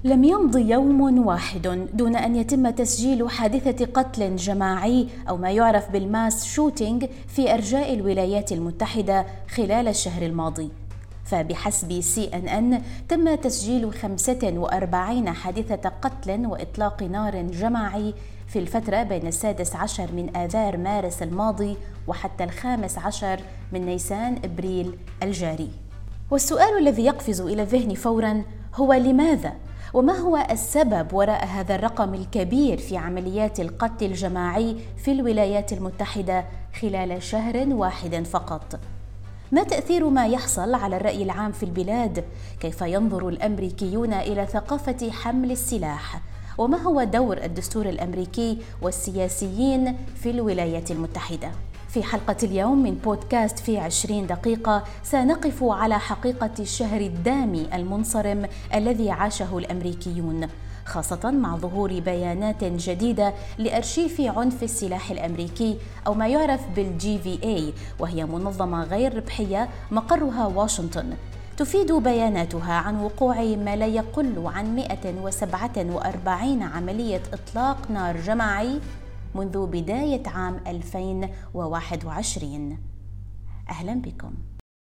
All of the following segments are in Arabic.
لم يمض يوم واحد دون أن يتم تسجيل حادثة قتل جماعي أو ما يعرف بالماس شوتينج في أرجاء الولايات المتحدة خلال الشهر الماضي. فبحسب CNN تم تسجيل 45 حادثة قتل وإطلاق نار جماعي في الفترة بين 16 من آذار مارس الماضي وحتى 15 من نيسان إبريل الجاري. والسؤال الذي يقفز إلى الذهن فوراً هو لماذا؟ وما هو السبب وراء هذا الرقم الكبير في عمليات القتل الجماعي في الولايات المتحدة خلال شهر واحد فقط؟ ما تأثير ما يحصل على الرأي العام في البلاد؟ كيف ينظر الأمريكيون إلى ثقافة حمل السلاح؟ وما هو دور الدستور الأمريكي والسياسيين في الولايات المتحدة؟ في حلقة اليوم من بودكاست في 20 دقيقة سنقف على حقيقة الشهر الدامي المنصرم الذي عاشه الأمريكيون، خاصة مع ظهور بيانات جديدة لأرشيف عنف السلاح الأمريكي أو ما يعرف بالGVA، وهي منظمة غير ربحية مقرها واشنطن. تفيد بياناتها عن وقوع ما لا يقل عن 147 عملية إطلاق نار جماعي منذ بداية عام 2021. أهلا بكم.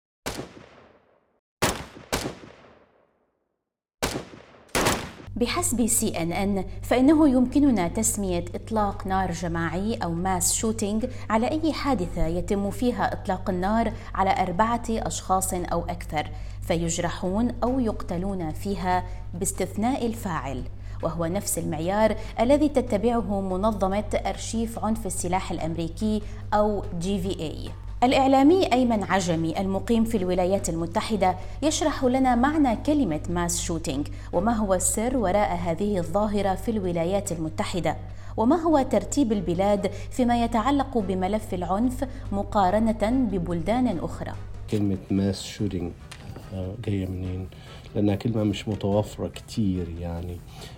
بحسب CNN فإنه يمكننا تسمية إطلاق نار جماعي أو ماس شوتينج على أي حادثة يتم فيها إطلاق النار على 4 أشخاص أو أكثر فيجرحون أو يقتلون فيها باستثناء الفاعل، وهو نفس المعيار الذي تتبعه منظمة أرشيف عنف السلاح الأمريكي أو GVA. الإعلامي أيمن عجمي المقيم في الولايات المتحدة يشرح لنا معنى كلمة ماس شوتينج، وما هو السر وراء هذه الظاهرة في الولايات المتحدة، وما هو ترتيب البلاد فيما يتعلق بملف العنف مقارنة ببلدان أخرى. كلمة ماس شوتينج جاية منين؟ لأنها كلمة مش متوفرة كتير يعني.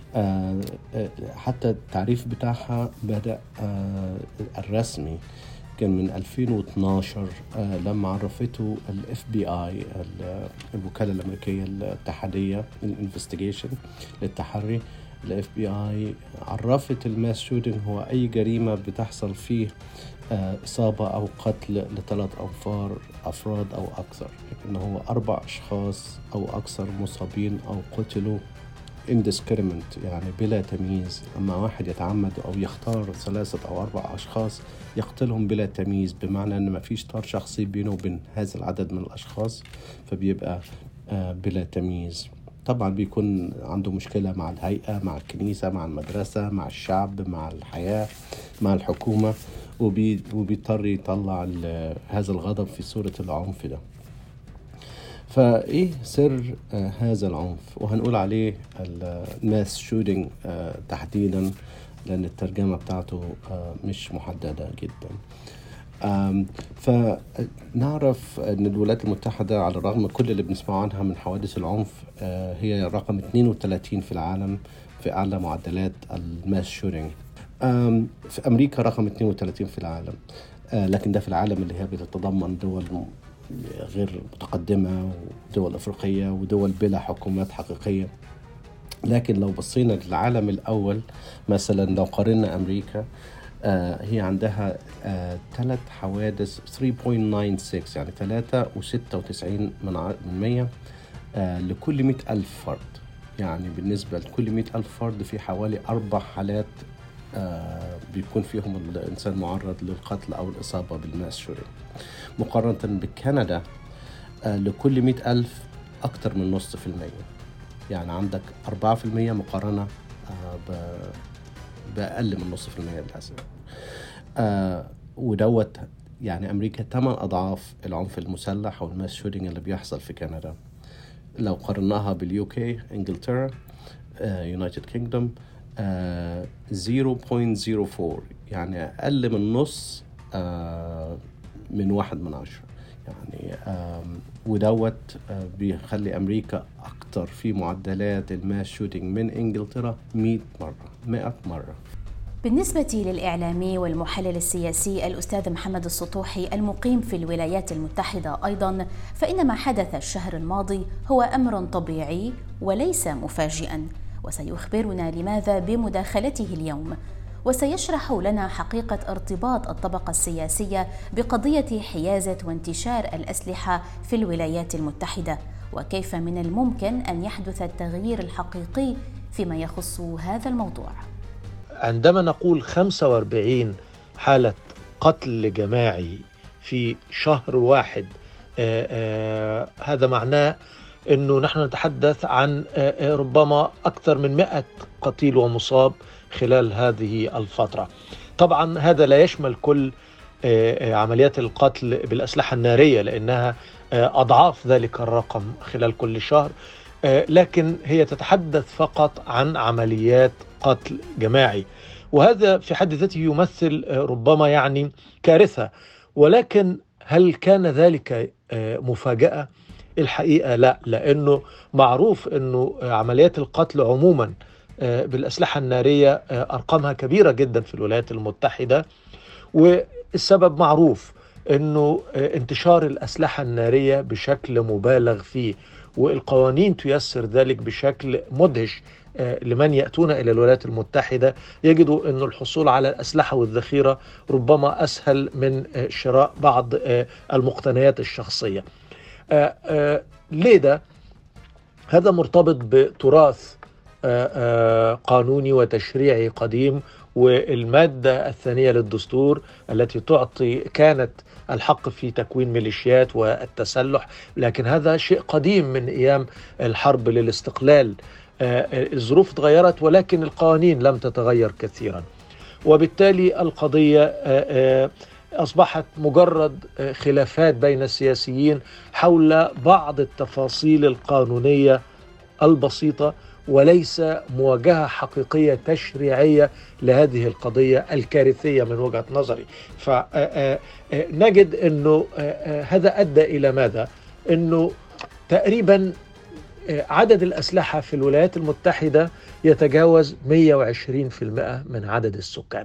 حتى التعريف بتاعها بدأ الرسمي كان من 2012 لما عرفته FBI الوكالة الأمريكية الاتحادية الانفستيجيشن للتحري. FBI عرفت الماس شوتينج هو أي جريمة بتحصل فيه إصابة أو قتل ل3 أفراد أو أكثر، إنه هو 4 أشخاص أو أكثر مصابين أو قتلوا indiscriminate يعني بلا تمييز. أما واحد يتعمد أو يختار 3 أو 4 أشخاص يقتلهم بلا تمييز، بمعنى أن ما فيش طار شخصي بينه وبين هذا العدد من الأشخاص، فبيبقى بلا تمييز. طبعا بيكون عنده مشكلة مع الهيئة، مع الكنيسة، مع المدرسة، مع الشعب، مع الحياة، مع الحكومة، وبيضطر يطلع هذا الغضب في صورة العنف ده. فإيه سر هذا العنف؟ وهنقول عليه الماس شوتينج تحديدا لأن الترجمة بتاعته مش محددة جدا. فنعرف أن الولايات المتحدة على الرغم من كل اللي بنسمعه عنها من حوادث العنف هي رقم 32 في العالم في أعلى معدلات الماس شوتينج. في أمريكا رقم 32 في العالم، لكن ده في العالم اللي هي بتتضمن دول غير متقدمة ودول أفريقية ودول بلا حكومات حقيقية. لكن لو بصينا للعالم الأول مثلا، لو قارنا أمريكا هي عندها 3 حوادث 3.96 يعني 3.96 لكل 100,000 فرد. يعني بالنسبة لكل 100,000 فرد في حوالي 4 حالات بيكون فيهم الإنسان معرض للقتل أو الإصابة بالماس شوتينج، مقارنة بكندا لكل 100,000 أكثر من 0.5%. يعني عندك 4% مقارنة بأقل من 0.5% للأسف. ودوت يعني أمريكا 8 أضعاف العنف المسلح أو الماس شوتينج اللي بيحصل في كندا. لو قارناها باليوكي إنجلترا يونايتد كينجدوم 0.04 يعني أقل من نص من 1/10 يعني. ودوت بيخلي أمريكا أكتر في معدلات الماس شوتينج من إنجلترا 100 مرة. بالنسبة للإعلامي والمحلل السياسي الأستاذ محمد السطوحي المقيم في الولايات المتحدة أيضا، فإن ما حدث الشهر الماضي هو أمر طبيعي وليس مفاجئا، وسيخبرنا لماذا بمداخلته اليوم، وسيشرح لنا حقيقة ارتباط الطبقة السياسية بقضية حيازة وانتشار الأسلحة في الولايات المتحدة، وكيف من الممكن أن يحدث التغيير الحقيقي فيما يخص هذا الموضوع. عندما نقول 45 حالة قتل جماعي في شهر واحد، هذا معناه أنه نحن نتحدث عن ربما أكثر من 100 قتيل ومصاب خلال هذه الفترة. طبعا هذا لا يشمل كل عمليات القتل بالأسلحة النارية لأنها أضعاف ذلك الرقم خلال كل شهر، لكن هي تتحدث فقط عن عمليات قتل جماعي، وهذا في حد ذاته يمثل ربما يعني كارثة. ولكن هل كان ذلك مفاجأة؟ الحقيقة لا، لأنه معروف أنه عمليات القتل عموما بالأسلحة النارية أرقامها كبيرة جدا في الولايات المتحدة، والسبب معروف أنه انتشار الأسلحة النارية بشكل مبالغ فيه، والقوانين تيسر ذلك بشكل مدهش. لمن يأتون إلى الولايات المتحدة يجدوا أن الحصول على الأسلحة والذخيرة ربما أسهل من شراء بعض المقتنيات الشخصية. ليه ده؟ هذا مرتبط بتراث قانوني وتشريعي قديم، والمادة الثانية للدستور التي تعطي كانت الحق في تكوين ميليشيات والتسلح، لكن هذا شيء قديم من أيام الحرب للاستقلال. الظروف تغيرت ولكن القوانين لم تتغير كثيرا، وبالتالي القضية أصبحت مجرد خلافات بين السياسيين حول بعض التفاصيل القانونية البسيطة، وليس مواجهة حقيقية تشريعية لهذه القضية الكارثية من وجهة نظري. فنجد أنه هذا أدى إلى ماذا؟ أنه تقريبا عدد الأسلحة في الولايات المتحدة يتجاوز 120% من عدد السكان.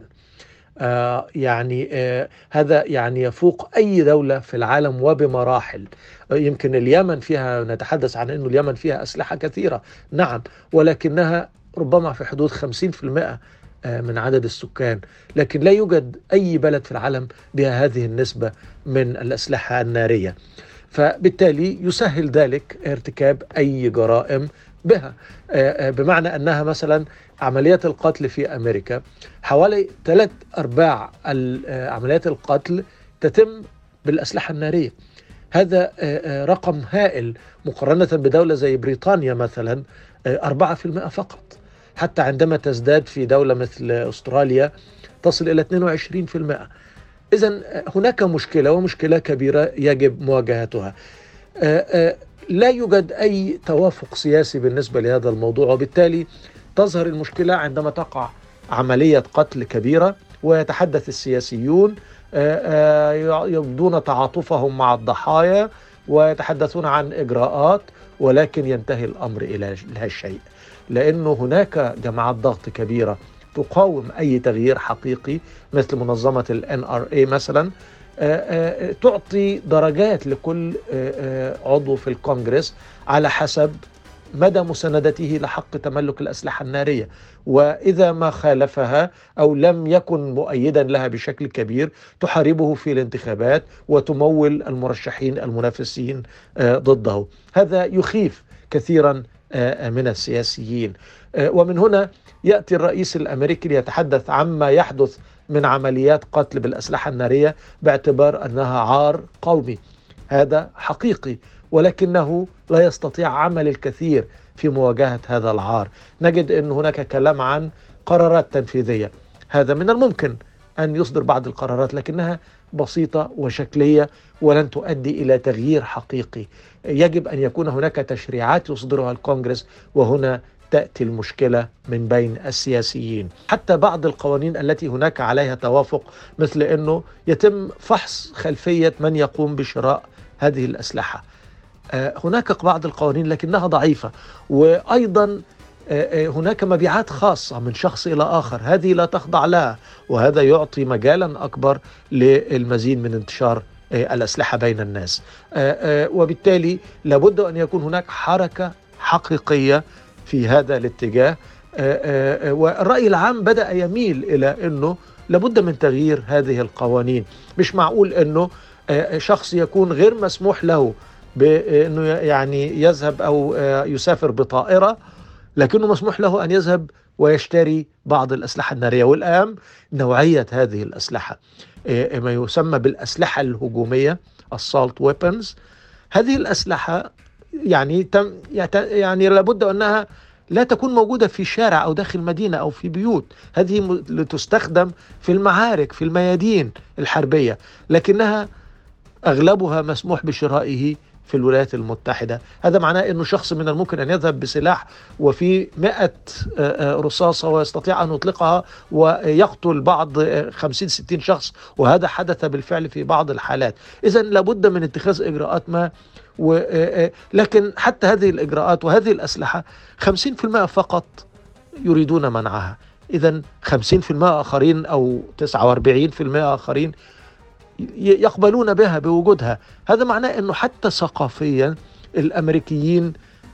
هذا يعني يفوق أي دولة في العالم وبمراحل. يمكن اليمن فيها، نتحدث عن أنه اليمن فيها أسلحة كثيرة، نعم، ولكنها ربما في حدود 50% من عدد السكان، لكن لا يوجد أي بلد في العالم بها هذه النسبة من الأسلحة النارية، فبالتالي يسهل ذلك ارتكاب أي جرائم بها. بمعنى أنها مثلا عمليات القتل في أمريكا حوالي 3/4 عمليات القتل تتم بالأسلحة النارية. هذا رقم هائل مقارنة بدولة زي بريطانيا مثلا 4% فقط، حتى عندما تزداد في دولة مثل أستراليا تصل إلى 22%. إذن هناك مشكلة، ومشكلة كبيرة يجب مواجهتها. لا يوجد أي توافق سياسي بالنسبة لهذا الموضوع، وبالتالي تظهر المشكلة عندما تقع عملية قتل كبيرة ويتحدث السياسيون يبدون تعاطفهم مع الضحايا ويتحدثون عن إجراءات، ولكن ينتهي الأمر إلى لا شيء، لأنه هناك جماعات ضغط كبيرة تقاوم أي تغيير حقيقي، مثل منظمة NRA مثلا، تعطي درجات لكل عضو في الكونغرس على حسب مدى مساندته لحق تملك الأسلحة النارية، وإذا ما خالفها أو لم يكن مؤيدا لها بشكل كبير تحاربه في الانتخابات وتمول المرشحين المنافسين ضده. هذا يخيف كثيرا من السياسيين، ومن هنا يأتي الرئيس الأمريكي ليتحدث عما يحدث من عمليات قتل بالأسلحة النارية باعتبار أنها عار قومي. هذا حقيقي، ولكنه لا يستطيع عمل الكثير في مواجهة هذا العار. نجد أن هناك كلام عن قرارات تنفيذية، هذا من الممكن أن يصدر بعض القرارات، لكنها بسيطة وشكلية ولن تؤدي إلى تغيير حقيقي. يجب أن يكون هناك تشريعات يصدرها الكونغرس، وهنا تأتي المشكلة من بين السياسيين. حتى بعض القوانين التي هناك عليها توافق، مثل أنه يتم فحص خلفية من يقوم بشراء هذه الأسلحة، هناك بعض القوانين لكنها ضعيفة. وأيضا هناك مبيعات خاصة من شخص إلى آخر، هذه لا تخضع لها، وهذا يعطي مجالا أكبر للمزيد من انتشار الأسلحة بين الناس. وبالتالي لابد أن يكون هناك حركة حقيقية في هذا الاتجاه. والرأي العام بدأ يميل إلى أنه لابد من تغيير هذه القوانين. مش معقول أنه شخص يكون غير مسموح له بأنه يعني يذهب أو يسافر بطائرة، لكنه مسموح له أن يذهب ويشتري بعض الأسلحة النارية. والآن نوعية هذه الأسلحة ما يسمى بالأسلحة الهجومية assault weapons. هذه الأسلحة يعني لابد أنها لا تكون موجودة في شارع أو داخل مدينة أو في بيوت. هذه لتستخدم في المعارك في الميادين الحربية، لكنها أغلبها مسموح بشرائه في الولايات المتحدة. هذا معناه أنه شخص من الممكن أن يذهب بسلاح وفي 100 رصاصة ويستطيع أن يطلقها ويقتل بعض 50-60 شخص، وهذا حدث بالفعل في بعض الحالات. إذن لابد من اتخاذ إجراءات ما، لكن حتى هذه الإجراءات وهذه الأسلحة 50% فقط يريدون منعها. إذن 50% آخرين أو 49% آخرين يقبلون بها بوجودها. هذا معناه أنه حتى ثقافيا الأمريكيين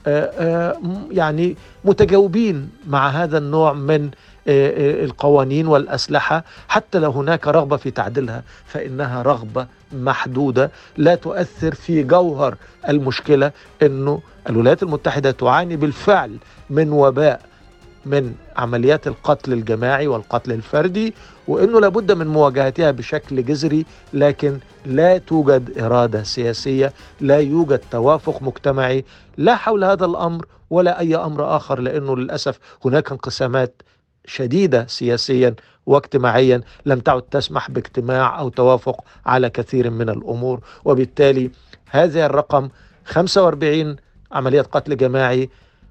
يعني متجاوبين مع هذا النوع من القوانين والأسلحة. حتى لو هناك رغبة في تعديلها فإنها رغبة محدودة لا تؤثر في جوهر المشكلة. أنه الولايات المتحدة تعاني بالفعل من وباء من عمليات القتل الجماعي والقتل الفردي، وأنه لابد من مواجهتها بشكل جذري، لكن لا توجد إرادة سياسية، لا يوجد توافق مجتمعي لا حول هذا الأمر ولا أي أمر آخر، لأنه للأسف هناك انقسامات شديدة سياسيا واجتماعيا لم تعد تسمح باجتماع أو توافق على كثير من الأمور. وبالتالي هذا الرقم 45 عملية قتل جماعي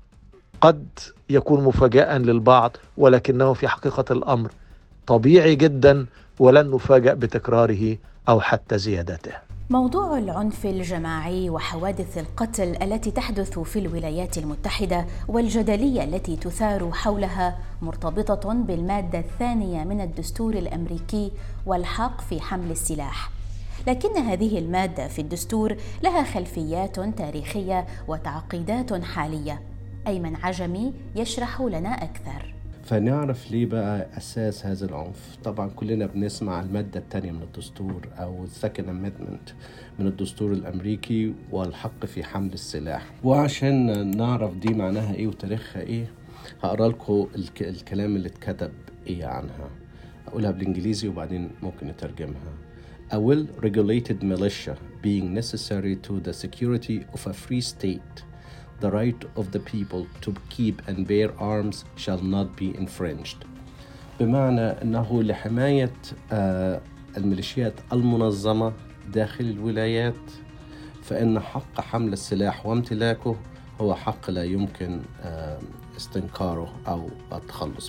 قد يكون مفاجأ للبعض، ولكنه في حقيقة الأمر طبيعي جدا، ولن نفاجأ بتكراره أو حتى زيادته. موضوع العنف الجماعي وحوادث القتل التي تحدث في الولايات المتحدة والجدلية التي تثار حولها مرتبطة بالمادة الثانية من الدستور الأمريكي والحق في حمل السلاح. لكن هذه المادة في الدستور لها خلفيات تاريخية وتعقيدات حالية. أيمن عجمي يشرح لنا أكثر. فنعرف ليه بقى أساس هذا العنف. طبعا كلنا بنسمع المادة الثانية من الدستور أو Second Amendment من الدستور الأمريكي والحق في حمل السلاح. وعشان نعرف دي معناها إيه وتاريخها إيه هقرأ لكم الكلام اللي اتكتب إيه عنها. أقولها بالإنجليزي وبعدين ممكن نترجمها. A well-regulated militia being necessary to the security of a free state, the right of the people to keep and bear arms shall not be infringed. بمعنى أنه لحماية الميليشيات المنظمة داخل الولايات، فإن حق حمل السلاح وامتلاكه هو حق لا يمكن استنكاره أو التخلص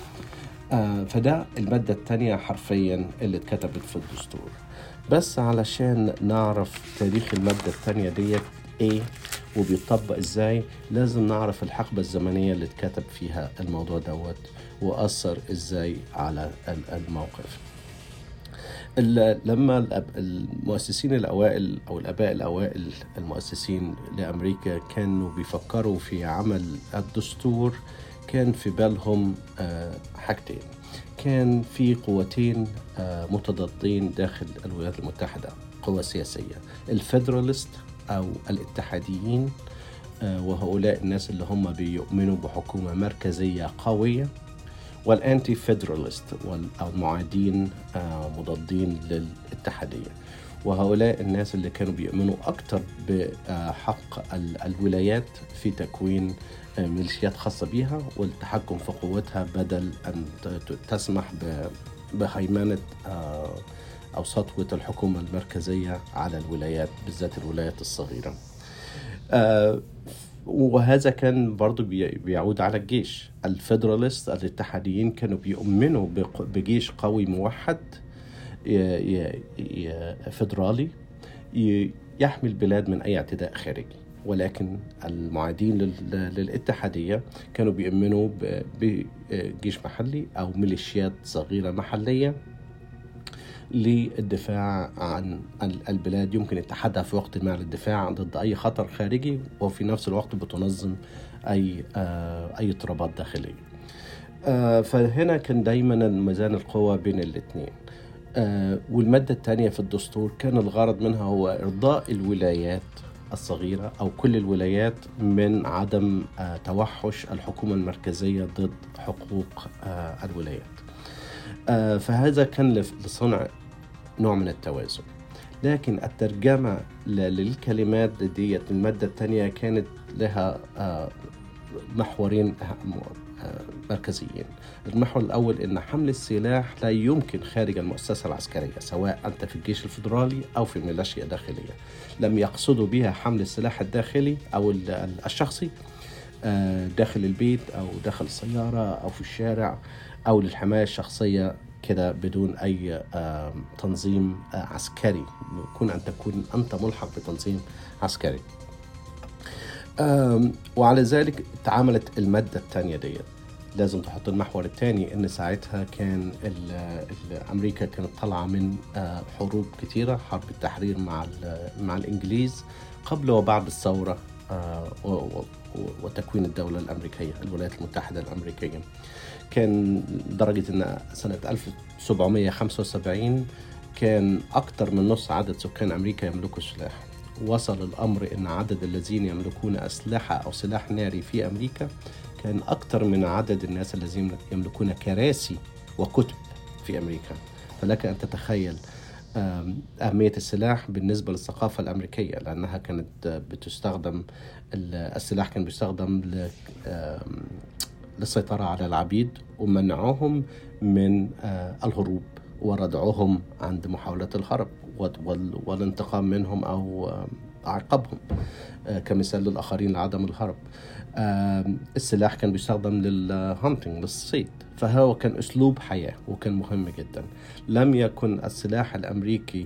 منه. فده المادة الثانية حرفيا اللي اتكتبت في الدستور. بس علشان نعرف تاريخ المادة الثانية ديت ايه وبيطبق ازاي لازم نعرف الحقبة الزمنية اللي اتكتب فيها الموضوع دوت وأثر ازاي على الموقف. لما المؤسسين الأوائل أو الآباء الأوائل المؤسسين لأمريكا كانوا بيفكروا في عمل الدستور كان في بالهم حاجتين. كان في قوتين متضادين داخل الولايات المتحدة، قوة سياسية، الفيدراليست أو الاتحاديين، وهؤلاء الناس اللي هم بيؤمنوا بحكومة مركزية قوية، والأنتي فيدراليست أو المعادين مضادين للاتحادية، وهؤلاء الناس اللي كانوا بيؤمنوا أكتر بحق الولايات في تكوين ميليشيات خاصة بيها والتحكم في قوتها بدل أن تسمح بهيمنة أو سطوة الحكومة المركزية على الولايات، بالذات الولايات الصغيرة. وهذا كان برضو بيعود على الجيش. الفيدراليست الاتحاديين كانوا بيؤمنوا بجيش قوي موحد فيدرالي يحمي البلاد من أي اعتداء خارجي، ولكن المعادين للاتحادية كانوا بيؤمنوا بجيش محلي أو ميليشيات صغيرة محلية للدفاع عن البلاد يمكن اتحادها في وقت ما للدفاع ضد أي خطر خارجي، وفي نفس الوقت بتنظم أي اضطرابات داخلية. فهنا كان دايما ميزان القوى بين الاثنين. والمادة الثانية في الدستور كان الغرض منها هو إرضاء الولايات الصغيرة أو كل الولايات من عدم توحش الحكومة المركزية ضد حقوق الولايات. فهذا كان لصنع نوع من التوازن. لكن الترجمة للكلمات دي المادة الثانية كانت لها محورين مركزيين. المحور الأول إن حمل السلاح لا يمكن خارج المؤسسة العسكرية، سواء أنت في الجيش الفيدرالي أو في ميليشيا داخلية. لم يقصدوا بها حمل السلاح الداخلي أو الشخصي داخل البيت أو داخل السيارة أو في الشارع أو للحماية الشخصية كده بدون أي تنظيم عسكري، يكون أن تكون أنت ملحق بتنظيم عسكري. وعلى ذلك تعاملت المادة الثانية دي. لازم تحط المحور الثاني إن ساعتها كان أمريكا كانت طالعة من حروب كتيرة، حرب التحرير مع الإنجليز قبل وبعد الثورة وتكوين الدولة الأمريكية، الولايات المتحدة الأمريكية. كان درجة أن سنة 1775 كان أكثر من نص عدد سكان أمريكا يملكوا سلاح. وصل الأمر أن عدد الذين يملكون أسلحة أو سلاح ناري في أمريكا كان أكثر من عدد الناس الذين يملكون كراسي وكتب في أمريكا. فلك أن تتخيل أهمية السلاح بالنسبة للثقافة الأمريكية، لأنها كانت بتستخدم، السلاح كان بيستخدم للسيطرة على العبيد ومنعهم من الهروب وردعهم عند محاولة الهرب والانتقام منهم أو عقابهم كمثال للآخرين لعدم الهرب. السلاح كان بيستخدم للهانتنج، للصيد، فهو كان أسلوب حياة وكان مهم جدا. لم يكن السلاح الأمريكي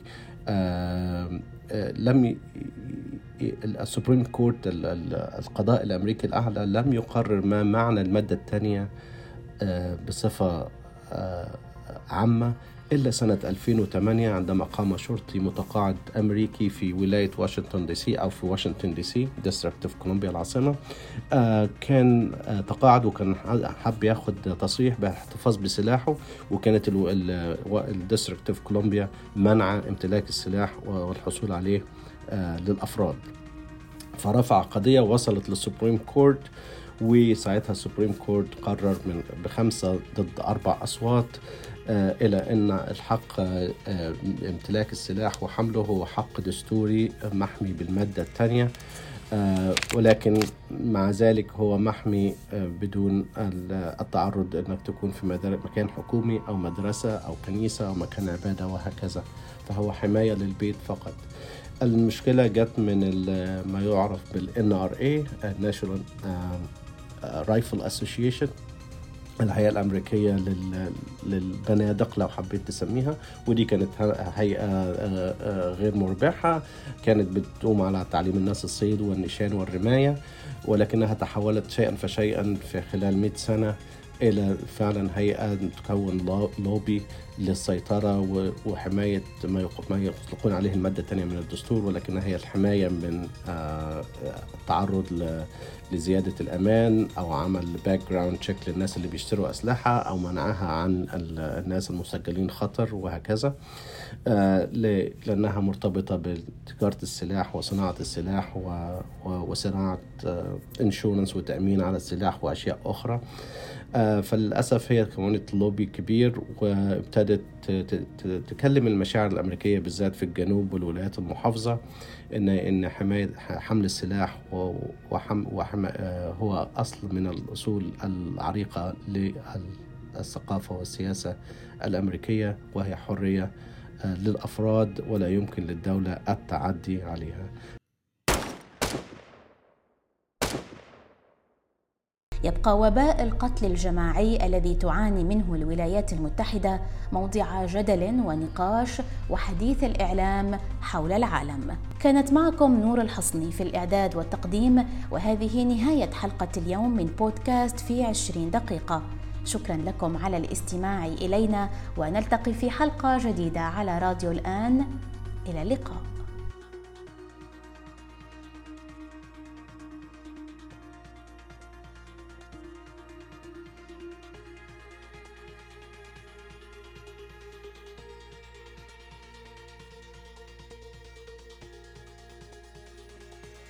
السوبريم كورت القضاء الأمريكي الأعلى لم يقرر ما معنى المادة الثانية بصفة عامة إلا سنة 2008 عندما قام شرطي متقاعد أمريكي في ولاية واشنطن دي سي أو في واشنطن دي سي ديستريكت اوف كولومبيا العاصمة. كان تقاعد وكان حب ياخد تصريح باحتفاظ بسلاحه، وكانت الديستريكت اوف كولومبيا منع امتلاك السلاح والحصول عليه للأفراد. فرفع قضية وصلت للسوبريم كورت، وساعتها السوبريم كورت قرر ب5 ضد 4 أصوات إلى أن الحق امتلاك السلاح وحمله هو حق دستوري محمي بالمادة الثانية، ولكن مع ذلك هو محمي بدون التعرض أنك تكون في مكان حكومي أو مدرسة أو كنيسة أو مكان عبادة وهكذا، فهو حماية للبيت فقط. المشكلة جت من ما يعرف بالNRA National Rifle Association، الهيئة الأمريكية للبنادق لو حبيت تسميها، ودي كانت هيئة غير مربحة، كانت بتقوم على تعليم الناس الصيد والنشان والرماية، ولكنها تحولت شيئا فشيئا في خلال 100 سنة إلى فعلا هيئة تكون لوبي للسيطرة وحماية ما يطلقون عليه المادة الثانية من الدستور، ولكنها هي الحماية من التعرض لزيادة الأمان أو عمل باك جراوند تشيك للناس اللي بيشتروا أسلحة أو منعها عن الناس المسجلين خطر وهكذا، لأنها مرتبطة بتجارة السلاح وصناعة السلاح وصناعة انشورنس وتأمين على السلاح وأشياء أخرى. فللأسف هي كونت لوبي كبير وابتدت تكلم المشاعر الأمريكية بالذات في الجنوب والولايات المحافظة إن حمل السلاح هو أصل من الأصول العريقة للثقافة والسياسة الأمريكية، وهي حرية للأفراد ولا يمكن للدولة التعدي عليها. يبقى وباء القتل الجماعي الذي تعاني منه الولايات المتحدة موضع جدل ونقاش وحديث الإعلام حول العالم. كانت معكم نور الحصني في الإعداد والتقديم، وهذه نهاية حلقة اليوم من بودكاست في 20 دقيقة. شكرا لكم على الاستماع إلينا، ونلتقي في حلقة جديدة على راديو الآن. إلى اللقاء.